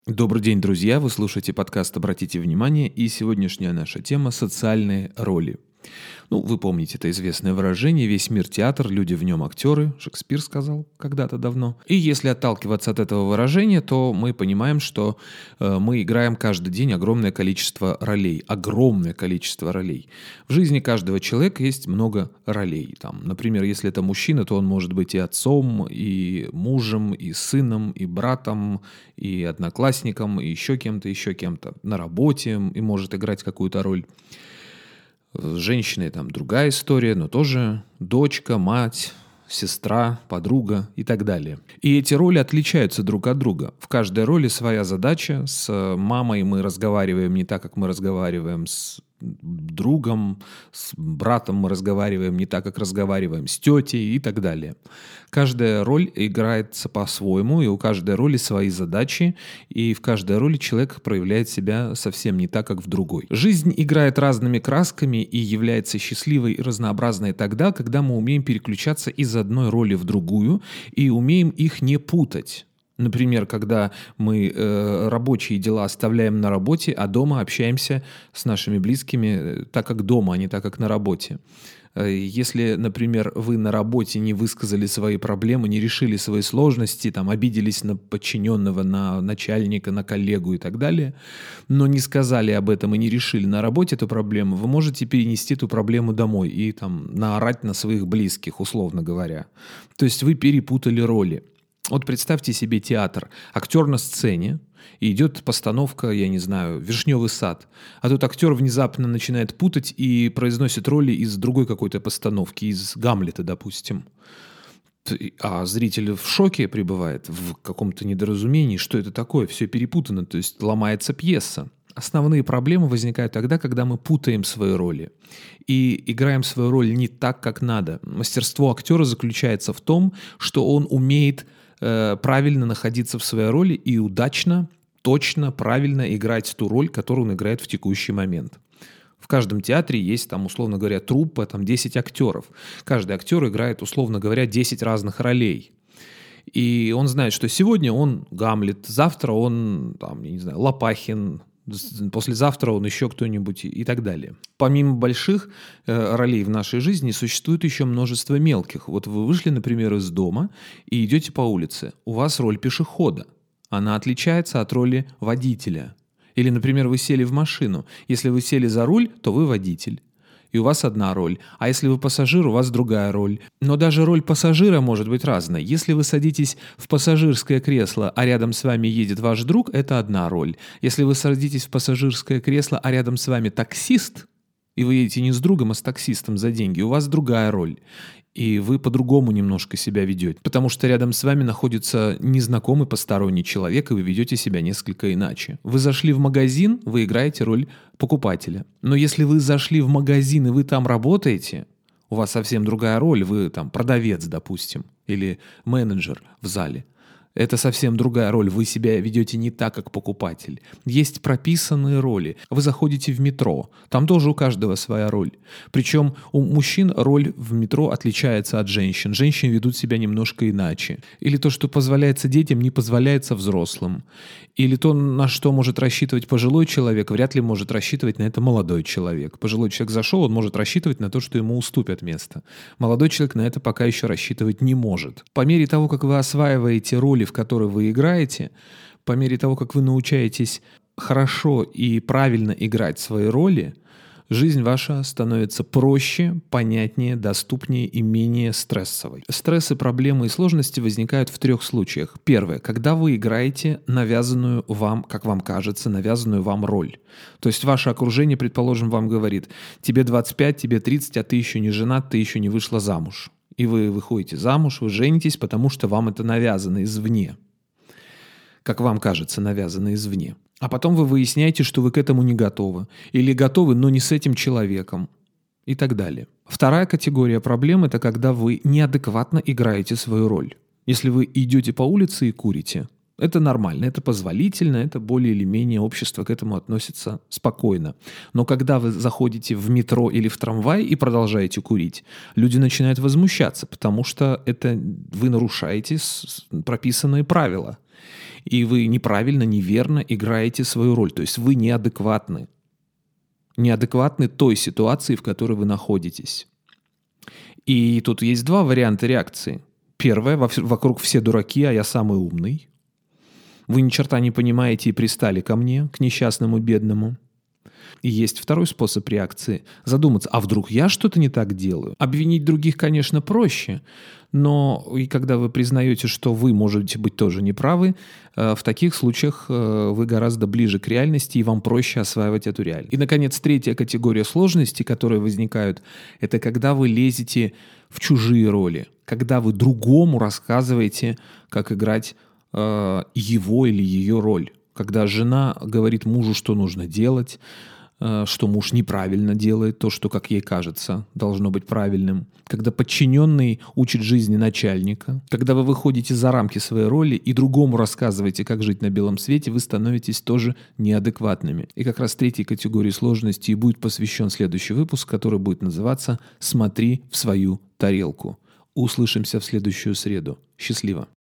Добрый день, друзья! Вы слушаете подкаст «Обратите внимание», и сегодняшняя наша тема – социальные роли. Вы помните это известное выражение «весь мир театр, люди в нем актеры», Шекспир сказал когда-то давно. И если отталкиваться от этого выражения, то мы понимаем, что мы играем каждый день огромное количество ролей. Огромное количество ролей. В жизни каждого человека есть много ролей. Например, если это мужчина, то он может быть и отцом, и мужем, и сыном, и братом, и одноклассником, и еще кем-то, на работе, и может играть какую-то роль. С женщиной другая история, но тоже дочка, мать, сестра, подруга и так далее. И эти роли отличаются друг от друга. В каждой роли своя задача. С мамой мы разговариваем не так, как мы разговариваем с другом, с братом мы разговариваем не так, как разговариваем с тетей и так далее. Каждая роль играется по-своему, и у каждой роли свои задачи, и в каждой роли человек проявляет себя совсем не так, как в другой. Жизнь играет разными красками и является счастливой и разнообразной тогда, когда мы умеем переключаться из одной роли в другую и умеем их не путать. Например, когда мы рабочие дела оставляем на работе, а дома общаемся с нашими близкими так, как дома, а не так, как на работе. Если, например, вы на работе не высказали свои проблемы, не решили свои сложности, обиделись на подчиненного, на начальника, на коллегу и так далее, но не сказали об этом и не решили на работе эту проблему, вы можете перенести эту проблему домой и наорать на своих близких, условно говоря. То есть вы перепутали роли. Вот представьте себе театр. Актер на сцене, и идет постановка, «Вишневый сад». А тут актер внезапно начинает путать и произносит роли из другой какой-то постановки, из «Гамлета», допустим. А зритель в шоке пребывает, в каком-то недоразумении, что это такое, все перепутано, то есть ломается пьеса. Основные проблемы возникают тогда, когда мы путаем свои роли и играем свою роль не так, как надо. Мастерство актера заключается в том, что он умеет правильно находиться в своей роли и удачно, точно, правильно играть ту роль, которую он играет в текущий момент. В каждом театре есть, условно говоря, труппа, 10 актеров. Каждый актер играет, условно говоря, 10 разных ролей. И он знает, что сегодня он Гамлет, завтра он, Лопахин, послезавтра он еще кто-нибудь и так далее. Помимо больших ролей в нашей жизни существует еще множество мелких. Вот вы вышли, например, из дома и идете по улице. У вас роль пешехода. Она отличается от роли водителя. Или, например, вы сели в машину. Если вы сели за руль, то вы водитель. И у вас одна роль. А если вы пассажир, у вас другая роль. Но даже роль пассажира может быть разной. Если вы садитесь в пассажирское кресло, а рядом с вами едет ваш друг, это одна роль. Если вы садитесь в пассажирское кресло, а рядом с вами таксист, и вы едете не с другом, а с таксистом за деньги, у вас другая роль. И вы по-другому немножко себя ведете. Потому что рядом с вами находится незнакомый посторонний человек, и вы ведете себя несколько иначе. Вы зашли в магазин, вы играете роль покупателя. Но если вы зашли в магазин, и вы там работаете, у вас совсем другая роль. Вы продавец, допустим, или менеджер в зале. Это совсем другая роль. Вы себя ведете не так, как покупатель. Есть прописанные роли. Вы заходите в метро. Там тоже у каждого своя роль. Причем у мужчин роль в метро отличается от женщин. Женщины ведут себя немножко иначе. Или то, что позволяется детям, не позволяется взрослым. Или то, на что может рассчитывать пожилой человек, вряд ли может рассчитывать на это молодой человек. Пожилой человек зашел, он может рассчитывать на то, что ему уступят место. Молодой человек на это пока еще рассчитывать не может. По мере того, как вы осваиваете роли, в которые вы играете, по мере того, как вы научаетесь хорошо и правильно играть свои роли, жизнь ваша становится проще, понятнее, доступнее и менее стрессовой. Стрессы, проблемы и сложности возникают в 3 случаях. Первое. Когда вы играете навязанную вам, как вам кажется, навязанную вам роль. То есть ваше окружение, предположим, вам говорит: тебе 25, тебе 30, а ты еще не женат, ты еще не вышла замуж. И вы выходите замуж, вы женитесь, потому что вам это навязано извне. Как вам кажется, навязано извне. А потом вы выясняете, что вы к этому не готовы. Или готовы, но не с этим человеком. И так далее. Вторая категория проблем – это когда вы неадекватно играете свою роль. Если вы идете по улице и курите, это нормально, это позволительно, это более или менее общество к этому относится спокойно. Но когда вы заходите в метро или в трамвай и продолжаете курить, люди начинают возмущаться, потому что это вы нарушаете прописанные правила. и вы неправильно, неверно играете свою роль. То есть вы неадекватны. Неадекватны той ситуации, в которой вы находитесь. И тут есть два варианта реакции. Первое, вокруг все дураки, а я самый умный. Вы ни черта не понимаете и пристали ко мне, к несчастному бедному. И есть второй способ реакции. Задуматься, а вдруг я что-то не так делаю? Обвинить других, конечно, проще, но и когда вы признаете, что вы можете быть тоже неправы, в таких случаях вы гораздо ближе к реальности, и вам проще осваивать эту реальность. И, наконец, третья категория сложностей, которые возникают, это когда вы лезете в чужие роли, когда вы другому рассказываете, как играть его или ее роль. Когда жена говорит мужу, что нужно делать, что муж неправильно делает то, что, как ей кажется, должно быть правильным. Когда подчиненный учит жизни начальника. Когда вы выходите за рамки своей роли и другому рассказываете, как жить на белом свете, вы становитесь тоже неадекватными. И как раз третьей категории сложностей будет посвящен следующий выпуск, который будет называться «Смотри в свою тарелку». Услышимся в следующую среду. Счастливо!